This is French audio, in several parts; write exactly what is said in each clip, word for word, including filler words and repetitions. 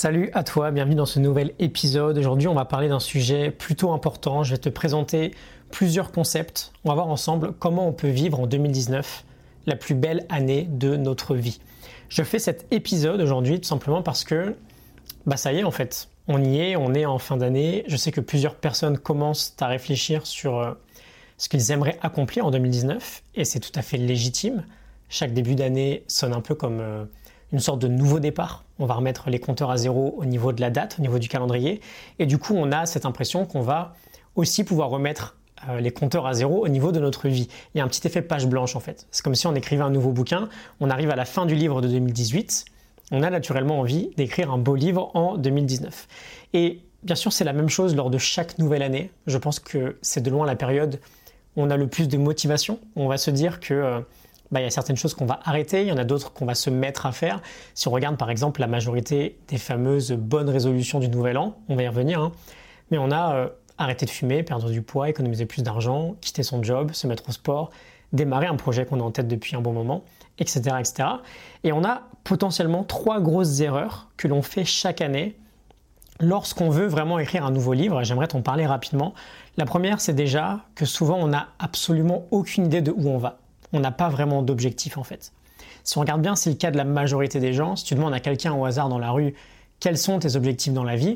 Salut à toi, bienvenue dans ce nouvel épisode. Aujourd'hui, on va parler d'un sujet plutôt important. Je vais te présenter plusieurs concepts. On va voir ensemble comment on peut vivre en deux mille dix-neuf la plus belle année de notre vie. Je fais cet épisode aujourd'hui tout simplement parce que bah ça y est en fait, on y est, on est en fin d'année. Je sais que plusieurs personnes commencent à réfléchir sur ce qu'ils aimeraient accomplir en deux mille dix-neuf et c'est tout à fait légitime. Chaque début d'année sonne un peu comme une sorte de nouveau départ. On va remettre les compteurs à zéro au niveau de la date, au niveau du calendrier. Et du coup, on a cette impression qu'on va aussi pouvoir remettre euh, les compteurs à zéro au niveau de notre vie. Il y a un petit effet page blanche en fait. C'est comme si on écrivait un nouveau bouquin. On arrive à la fin du livre de deux mille dix-huit. On a naturellement envie d'écrire un beau livre en deux mille dix-neuf. Et bien sûr, c'est la même chose lors de chaque nouvelle année. Je pense que c'est de loin la période où on a le plus de motivation. On va se dire que... Euh, Bah, il y a certaines choses qu'on va arrêter, il y en a d'autres qu'on va se mettre à faire. Si on regarde par exemple la majorité des fameuses bonnes résolutions du nouvel an, on va y revenir, hein, mais on a euh, arrêté de fumer, perdre du poids, économiser plus d'argent, quitter son job, se mettre au sport, démarrer un projet qu'on a en tête depuis un bon moment, et cetera, et cetera. Et on a potentiellement trois grosses erreurs que l'on fait chaque année lorsqu'on veut vraiment écrire un nouveau livre, et j'aimerais t'en parler rapidement. La première, c'est déjà que souvent on n'a absolument aucune idée de où on va. On n'a pas vraiment d'objectif en fait. Si on regarde bien, c'est le cas de la majorité des gens. Si tu demandes à quelqu'un au hasard dans la rue quels sont tes objectifs dans la vie,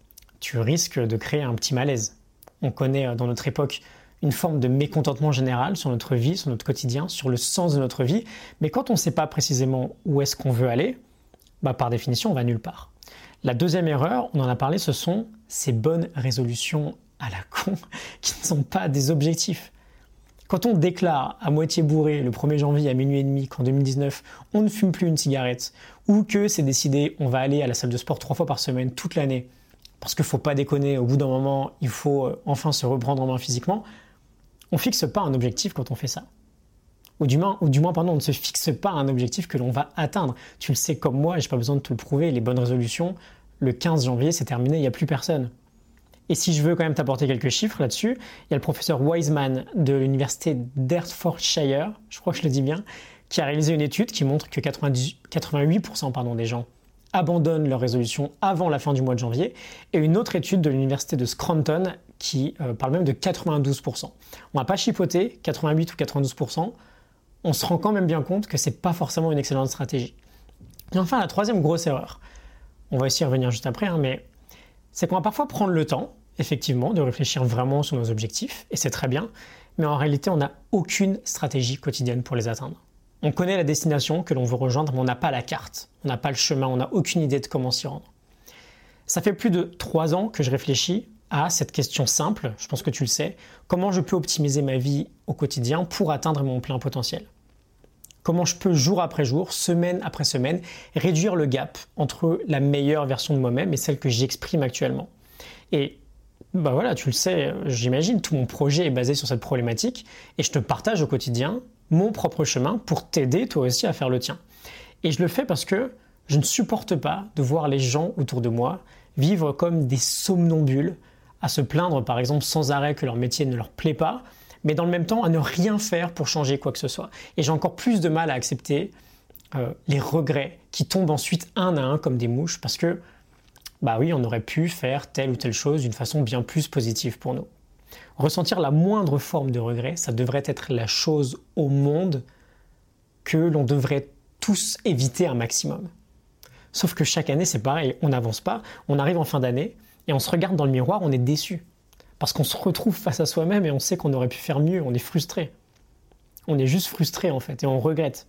tu risques de créer un petit malaise. On connaît dans notre époque une forme de mécontentement général sur notre vie, sur notre quotidien, sur le sens de notre vie. Mais quand on ne sait pas précisément où est-ce qu'on veut aller, bah par définition, on va nulle part. La deuxième erreur, on en a parlé, ce sont ces bonnes résolutions à la con qui ne sont pas des objectifs. Quand on déclare à moitié bourré le premier janvier à minuit et demi qu'en deux mille dix-neuf, on ne fume plus une cigarette, ou que c'est décidé, on va aller à la salle de sport trois fois par semaine toute l'année, parce qu'il ne faut pas déconner, au bout d'un moment, il faut enfin se reprendre en main physiquement, on ne fixe pas un objectif quand on fait ça. Ou du moins, ou du moins pardon, on ne se fixe pas un objectif que l'on va atteindre. Tu le sais comme moi, et je n'ai pas besoin de te le prouver, les bonnes résolutions, le quinze janvier, c'est terminé, il n'y a plus personne. Et si je veux quand même t'apporter quelques chiffres là-dessus, il y a le professeur Wiseman de l'université d'Hertfordshire, je crois que je le dis bien, qui a réalisé une étude qui montre que quatre-vingt-huit pour cent pardon, des gens abandonnent leur résolution avant la fin du mois de janvier, et une autre étude de l'université de Scranton qui euh, parle même de quatre-vingt-douze pour cent. On n'a pas chipoté, quatre-vingt-huit ou quatre-vingt-douze pour cent, on se rend quand même bien compte que ce n'est pas forcément une excellente stratégie. Et enfin, la troisième grosse erreur, on va aussi y revenir juste après, hein, mais c'est qu'on va parfois prendre le temps, effectivement, de réfléchir vraiment sur nos objectifs, et c'est très bien, mais en réalité, on n'a aucune stratégie quotidienne pour les atteindre. On connaît la destination que l'on veut rejoindre, mais on n'a pas la carte, on n'a pas le chemin, on n'a aucune idée de comment s'y rendre. Ça fait plus de trois ans que je réfléchis à cette question simple, je pense que tu le sais, comment je peux optimiser ma vie au quotidien pour atteindre mon plein potentiel ? Comment je peux, jour après jour, semaine après semaine, réduire le gap entre la meilleure version de moi-même et celle que j'exprime actuellement. Et bah voilà, tu le sais, j'imagine, tout mon projet est basé sur cette problématique et je te partage au quotidien mon propre chemin pour t'aider toi aussi à faire le tien. Et je le fais parce que je ne supporte pas de voir les gens autour de moi vivre comme des somnambules, à se plaindre par exemple sans arrêt que leur métier ne leur plaît pas, mais dans le même temps à ne rien faire pour changer quoi que ce soit. Et j'ai encore plus de mal à accepter euh, les regrets qui tombent ensuite un à un comme des mouches, parce que, bah oui, on aurait pu faire telle ou telle chose d'une façon bien plus positive pour nous. Ressentir la moindre forme de regret, ça devrait être la chose au monde que l'on devrait tous éviter un maximum. Sauf que chaque année, c'est pareil, on n'avance pas, on arrive en fin d'année, et on se regarde dans le miroir, on est déçu. Parce qu'on se retrouve face à soi-même et on sait qu'on aurait pu faire mieux, on est frustré. On est juste frustré en fait et on regrette.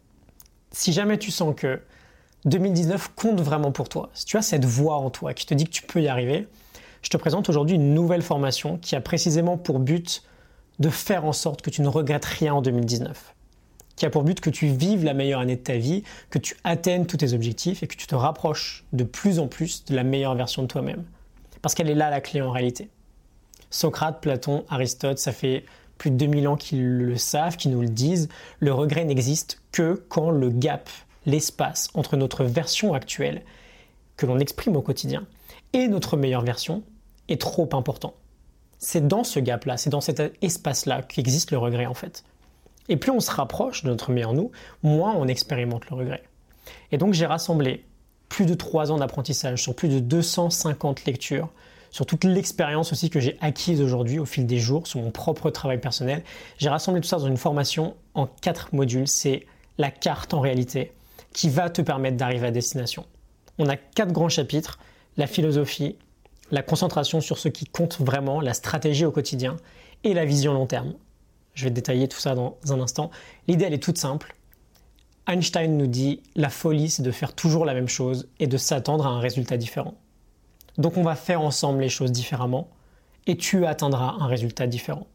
Si jamais tu sens que deux mille dix-neuf compte vraiment pour toi, si tu as cette voix en toi qui te dit que tu peux y arriver, je te présente aujourd'hui une nouvelle formation qui a précisément pour but de faire en sorte que tu ne regrettes rien en deux mille dix-neuf. Qui a pour but que tu vives la meilleure année de ta vie, que tu atteignes tous tes objectifs et que tu te rapproches de plus en plus de la meilleure version de toi-même. Parce qu'elle est là la clé en réalité. Socrate, Platon, Aristote, ça fait plus de deux mille ans qu'ils le savent, qu'ils nous le disent. Le regret n'existe que quand le gap, l'espace entre notre version actuelle, que l'on exprime au quotidien, et notre meilleure version, est trop important. C'est dans ce gap-là, c'est dans cet espace-là qu'existe le regret en fait. Et plus on se rapproche de notre meilleur nous, moins on expérimente le regret. Et donc j'ai rassemblé plus de trois ans d'apprentissage, sur plus de deux cent cinquante lectures, sur toute l'expérience aussi que j'ai acquise aujourd'hui au fil des jours, sur mon propre travail personnel. J'ai rassemblé tout ça dans une formation en quatre modules. C'est la carte en réalité qui va te permettre d'arriver à destination. On a quatre grands chapitres, la philosophie, la concentration sur ce qui compte vraiment, la stratégie au quotidien et la vision long terme. Je vais détailler tout ça dans un instant. L'idée, elle est toute simple. Einstein nous dit « La folie, c'est de faire toujours la même chose et de s'attendre à un résultat différent. » Donc on va faire ensemble les choses différemment et tu atteindras un résultat différent.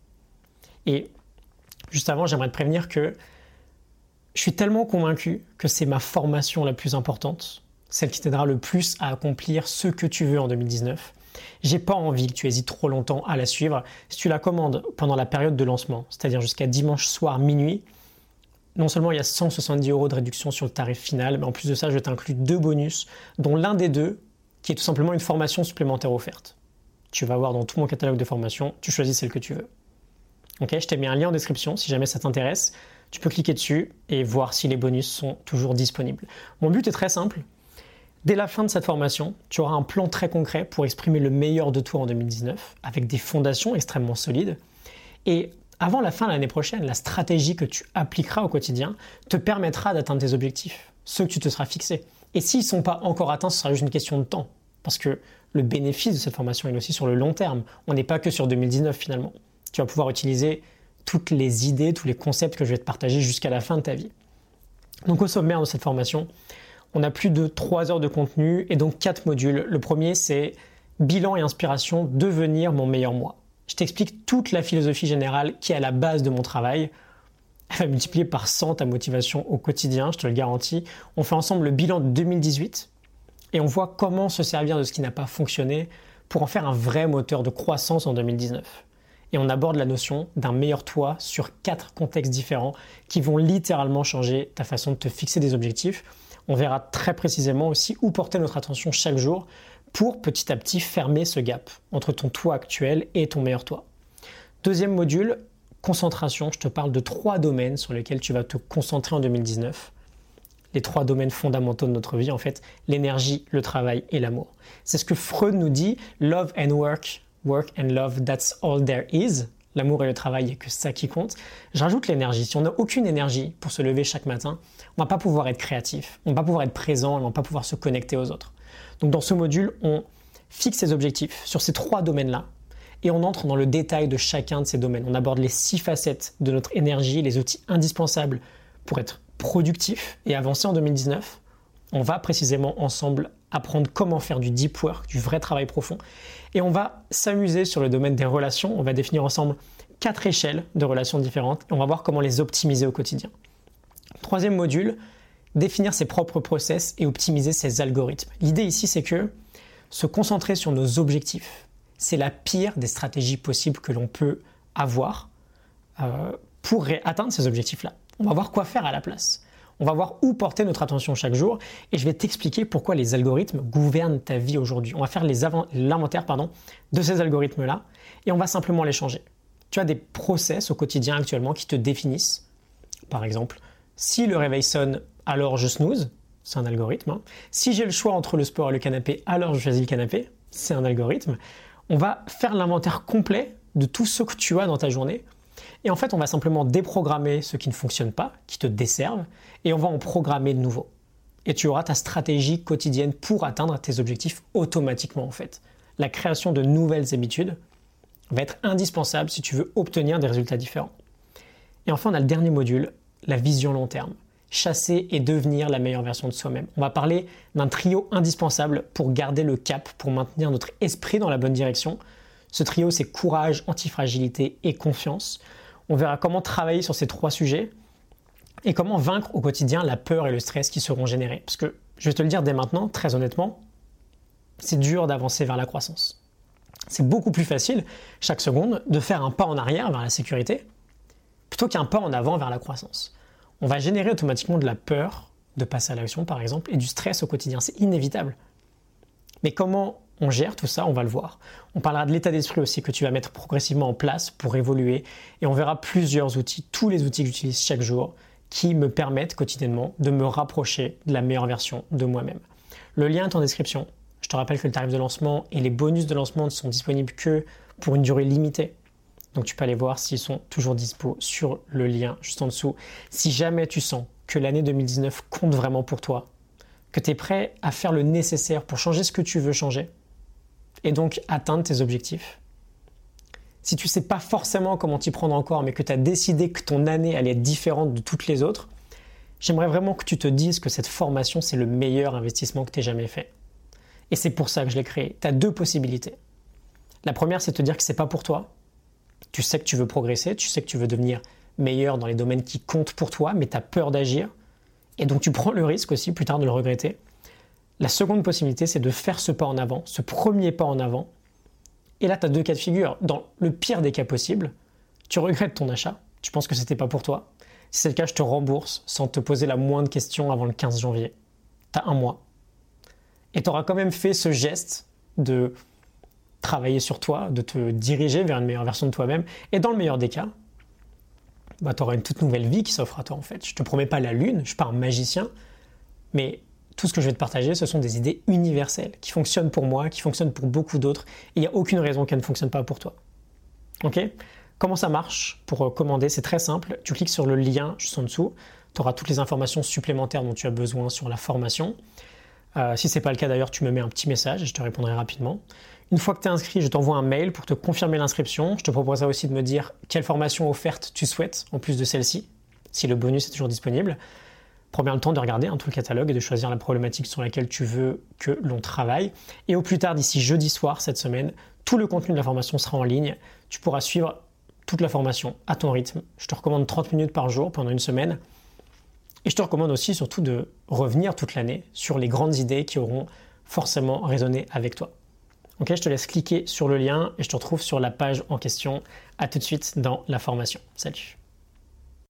Et juste avant, j'aimerais te prévenir que je suis tellement convaincu que c'est ma formation la plus importante, celle qui t'aidera le plus à accomplir ce que tu veux en deux mille dix-neuf. J'ai pas envie que tu hésites trop longtemps à la suivre. Si tu la commandes pendant la période de lancement, c'est-à-dire jusqu'à dimanche soir minuit, non seulement il y a cent soixante-dix euros de réduction sur le tarif final, mais en plus de ça, je t'inclus deux bonus, dont l'un des deux qui est tout simplement une formation supplémentaire offerte. Tu vas voir dans tout mon catalogue de formations, tu choisis celle que tu veux. Ok, je t'ai mis un lien en description si jamais ça t'intéresse. Tu peux cliquer dessus et voir si les bonus sont toujours disponibles. Mon but est très simple. Dès la fin de cette formation, tu auras un plan très concret pour exprimer le meilleur de toi en deux mille dix-neuf, avec des fondations extrêmement solides. Et avant la fin de l'année prochaine, la stratégie que tu appliqueras au quotidien te permettra d'atteindre tes objectifs, ceux que tu te seras fixés. Et s'ils ne sont pas encore atteints, ce sera juste une question de temps. Parce que le bénéfice de cette formation est aussi sur le long terme. On n'est pas que sur deux mille dix-neuf finalement. Tu vas pouvoir utiliser toutes les idées, tous les concepts que je vais te partager jusqu'à la fin de ta vie. Donc au sommaire de cette formation, on a plus de trois heures de contenu et donc quatre modules. Le premier, c'est bilan et inspiration, devenir mon meilleur moi. Je t'explique toute la philosophie générale qui est à la base de mon travail. Elle va multiplier par cent ta motivation au quotidien, je te le garantis. On fait ensemble le bilan de deux mille dix-huit et on voit comment se servir de ce qui n'a pas fonctionné pour en faire un vrai moteur de croissance en deux mille dix-neuf. Et on aborde la notion d'un meilleur toi sur quatre contextes différents qui vont littéralement changer ta façon de te fixer des objectifs. On verra très précisément aussi où porter notre attention chaque jour pour petit à petit fermer ce gap entre ton toi actuel et ton meilleur toi. Deuxième module, concentration. Je te parle de trois domaines sur lesquels tu vas te concentrer en deux mille dix-neuf. Les trois domaines fondamentaux de notre vie, en fait, l'énergie, le travail et l'amour. C'est ce que Freud nous dit, love and work, work and love, that's all there is. L'amour et le travail, il n'y a que ça qui compte. Je rajoute l'énergie. Si on n'a aucune énergie pour se lever chaque matin, on ne va pas pouvoir être créatif, on ne va pas pouvoir être présent, on ne va pas pouvoir se connecter aux autres. Donc dans ce module, on fixe ses objectifs sur ces trois domaines-là et on entre dans le détail de chacun de ces domaines. On aborde les six facettes de notre énergie, les outils indispensables pour être productif et avancer en deux mille dix-neuf. On va précisément ensemble apprendre comment faire du deep work, du vrai travail profond. Et on va s'amuser sur le domaine des relations. On va définir ensemble quatre échelles de relations différentes et on va voir comment les optimiser au quotidien. Troisième module, définir ses propres process et optimiser ses algorithmes. L'idée ici, c'est que se concentrer sur nos objectifs, c'est la pire des stratégies possibles que l'on peut avoir euh, pour atteindre ces objectifs-là. On va voir quoi faire à la place. On va voir où porter notre attention chaque jour et je vais t'expliquer pourquoi les algorithmes gouvernent ta vie aujourd'hui. On va faire les avant- l'inventaire pardon, de ces algorithmes-là et on va simplement les changer. Tu as des process au quotidien actuellement qui te définissent. Par exemple, si le réveil sonne, alors je snooze, c'est un algorithme. Hein. Si j'ai le choix entre le sport et le canapé, alors je choisis le canapé, c'est un algorithme. On va faire l'inventaire complet de tout ce que tu as dans ta journée. Et en fait, on va simplement déprogrammer ce qui ne fonctionne pas, qui te desservent, et on va en programmer de nouveau. Et tu auras ta stratégie quotidienne pour atteindre tes objectifs automatiquement en fait. La création de nouvelles habitudes va être indispensable si tu veux obtenir des résultats différents. Et enfin, on a le dernier module, la vision long terme. Chasser et devenir la meilleure version de soi-même. On va parler d'un trio indispensable pour garder le cap, pour maintenir notre esprit dans la bonne direction. Ce trio, c'est courage, antifragilité et confiance. On verra comment travailler sur ces trois sujets et comment vaincre au quotidien la peur et le stress qui seront générés. Parce que, je vais te le dire dès maintenant, très honnêtement, c'est dur d'avancer vers la croissance. C'est beaucoup plus facile, chaque seconde, de faire un pas en arrière vers la sécurité plutôt qu'un pas en avant vers la croissance. On va générer automatiquement de la peur de passer à l'action, par exemple, et du stress au quotidien. C'est inévitable. Mais comment on gère tout ça, on va le voir. On parlera de l'état d'esprit aussi que tu vas mettre progressivement en place pour évoluer et on verra plusieurs outils, tous les outils que j'utilise chaque jour qui me permettent quotidiennement de me rapprocher de la meilleure version de moi-même. Le lien est en description. Je te rappelle que le tarif de lancement et les bonus de lancement ne sont disponibles que pour une durée limitée. Donc tu peux aller voir s'ils sont toujours dispo sur le lien juste en dessous. Si jamais tu sens que l'année deux mille dix-neuf compte vraiment pour toi, que tu es prêt à faire le nécessaire pour changer ce que tu veux changer et donc atteindre tes objectifs. Si tu ne sais pas forcément comment t'y prendre encore, mais que tu as décidé que ton année allait être différente de toutes les autres, j'aimerais vraiment que tu te dises que cette formation, c'est le meilleur investissement que tu aies jamais fait. Et c'est pour ça que je l'ai créé. Tu as deux possibilités. La première, c'est de te dire que ce n'est pas pour toi. Tu sais que tu veux progresser, tu sais que tu veux devenir meilleur dans les domaines qui comptent pour toi, mais tu as peur d'agir. Et donc tu prends le risque aussi plus tard de le regretter. La seconde possibilité, c'est de faire ce pas en avant, ce premier pas en avant. Et là, tu as deux cas de figure. Dans le pire des cas possibles, tu regrettes ton achat, tu penses que ce n'était pas pour toi. Si c'est le cas, je te rembourse sans te poser la moindre question avant le quinze janvier. Tu as un mois. Et tu auras quand même fait ce geste de travailler sur toi, de te diriger vers une meilleure version de toi-même. Et dans le meilleur des cas, bah, tu auras une toute nouvelle vie qui s'offre à toi en fait. Je ne te promets pas la lune, je ne suis pas un magicien, mais tout ce que je vais te partager, ce sont des idées universelles qui fonctionnent pour moi, qui fonctionnent pour beaucoup d'autres, et il n'y a aucune raison qu'elles ne fonctionnent pas pour toi. Ok ? Comment ça marche pour commander ? C'est très simple, tu cliques sur le lien juste en dessous, tu auras toutes les informations supplémentaires dont tu as besoin sur la formation. Euh, si ce n'est pas le cas d'ailleurs, tu me mets un petit message et je te répondrai rapidement. Une fois que tu es inscrit, je t'envoie un mail pour te confirmer l'inscription. Je te proposerai aussi de me dire quelle formation offerte tu souhaites en plus de celle-ci, si le bonus est toujours disponible. Prends bien le temps de regarder hein, tout le catalogue et de choisir la problématique sur laquelle tu veux que l'on travaille. Et au plus tard, d'ici jeudi soir cette semaine, tout le contenu de la formation sera en ligne. Tu pourras suivre toute la formation à ton rythme. Je te recommande trente minutes par jour pendant une semaine. Et je te recommande aussi surtout de revenir toute l'année sur les grandes idées qui auront forcément résonné avec toi. Ok, je te laisse cliquer sur le lien et je te retrouve sur la page en question. À tout de suite dans la formation. Salut.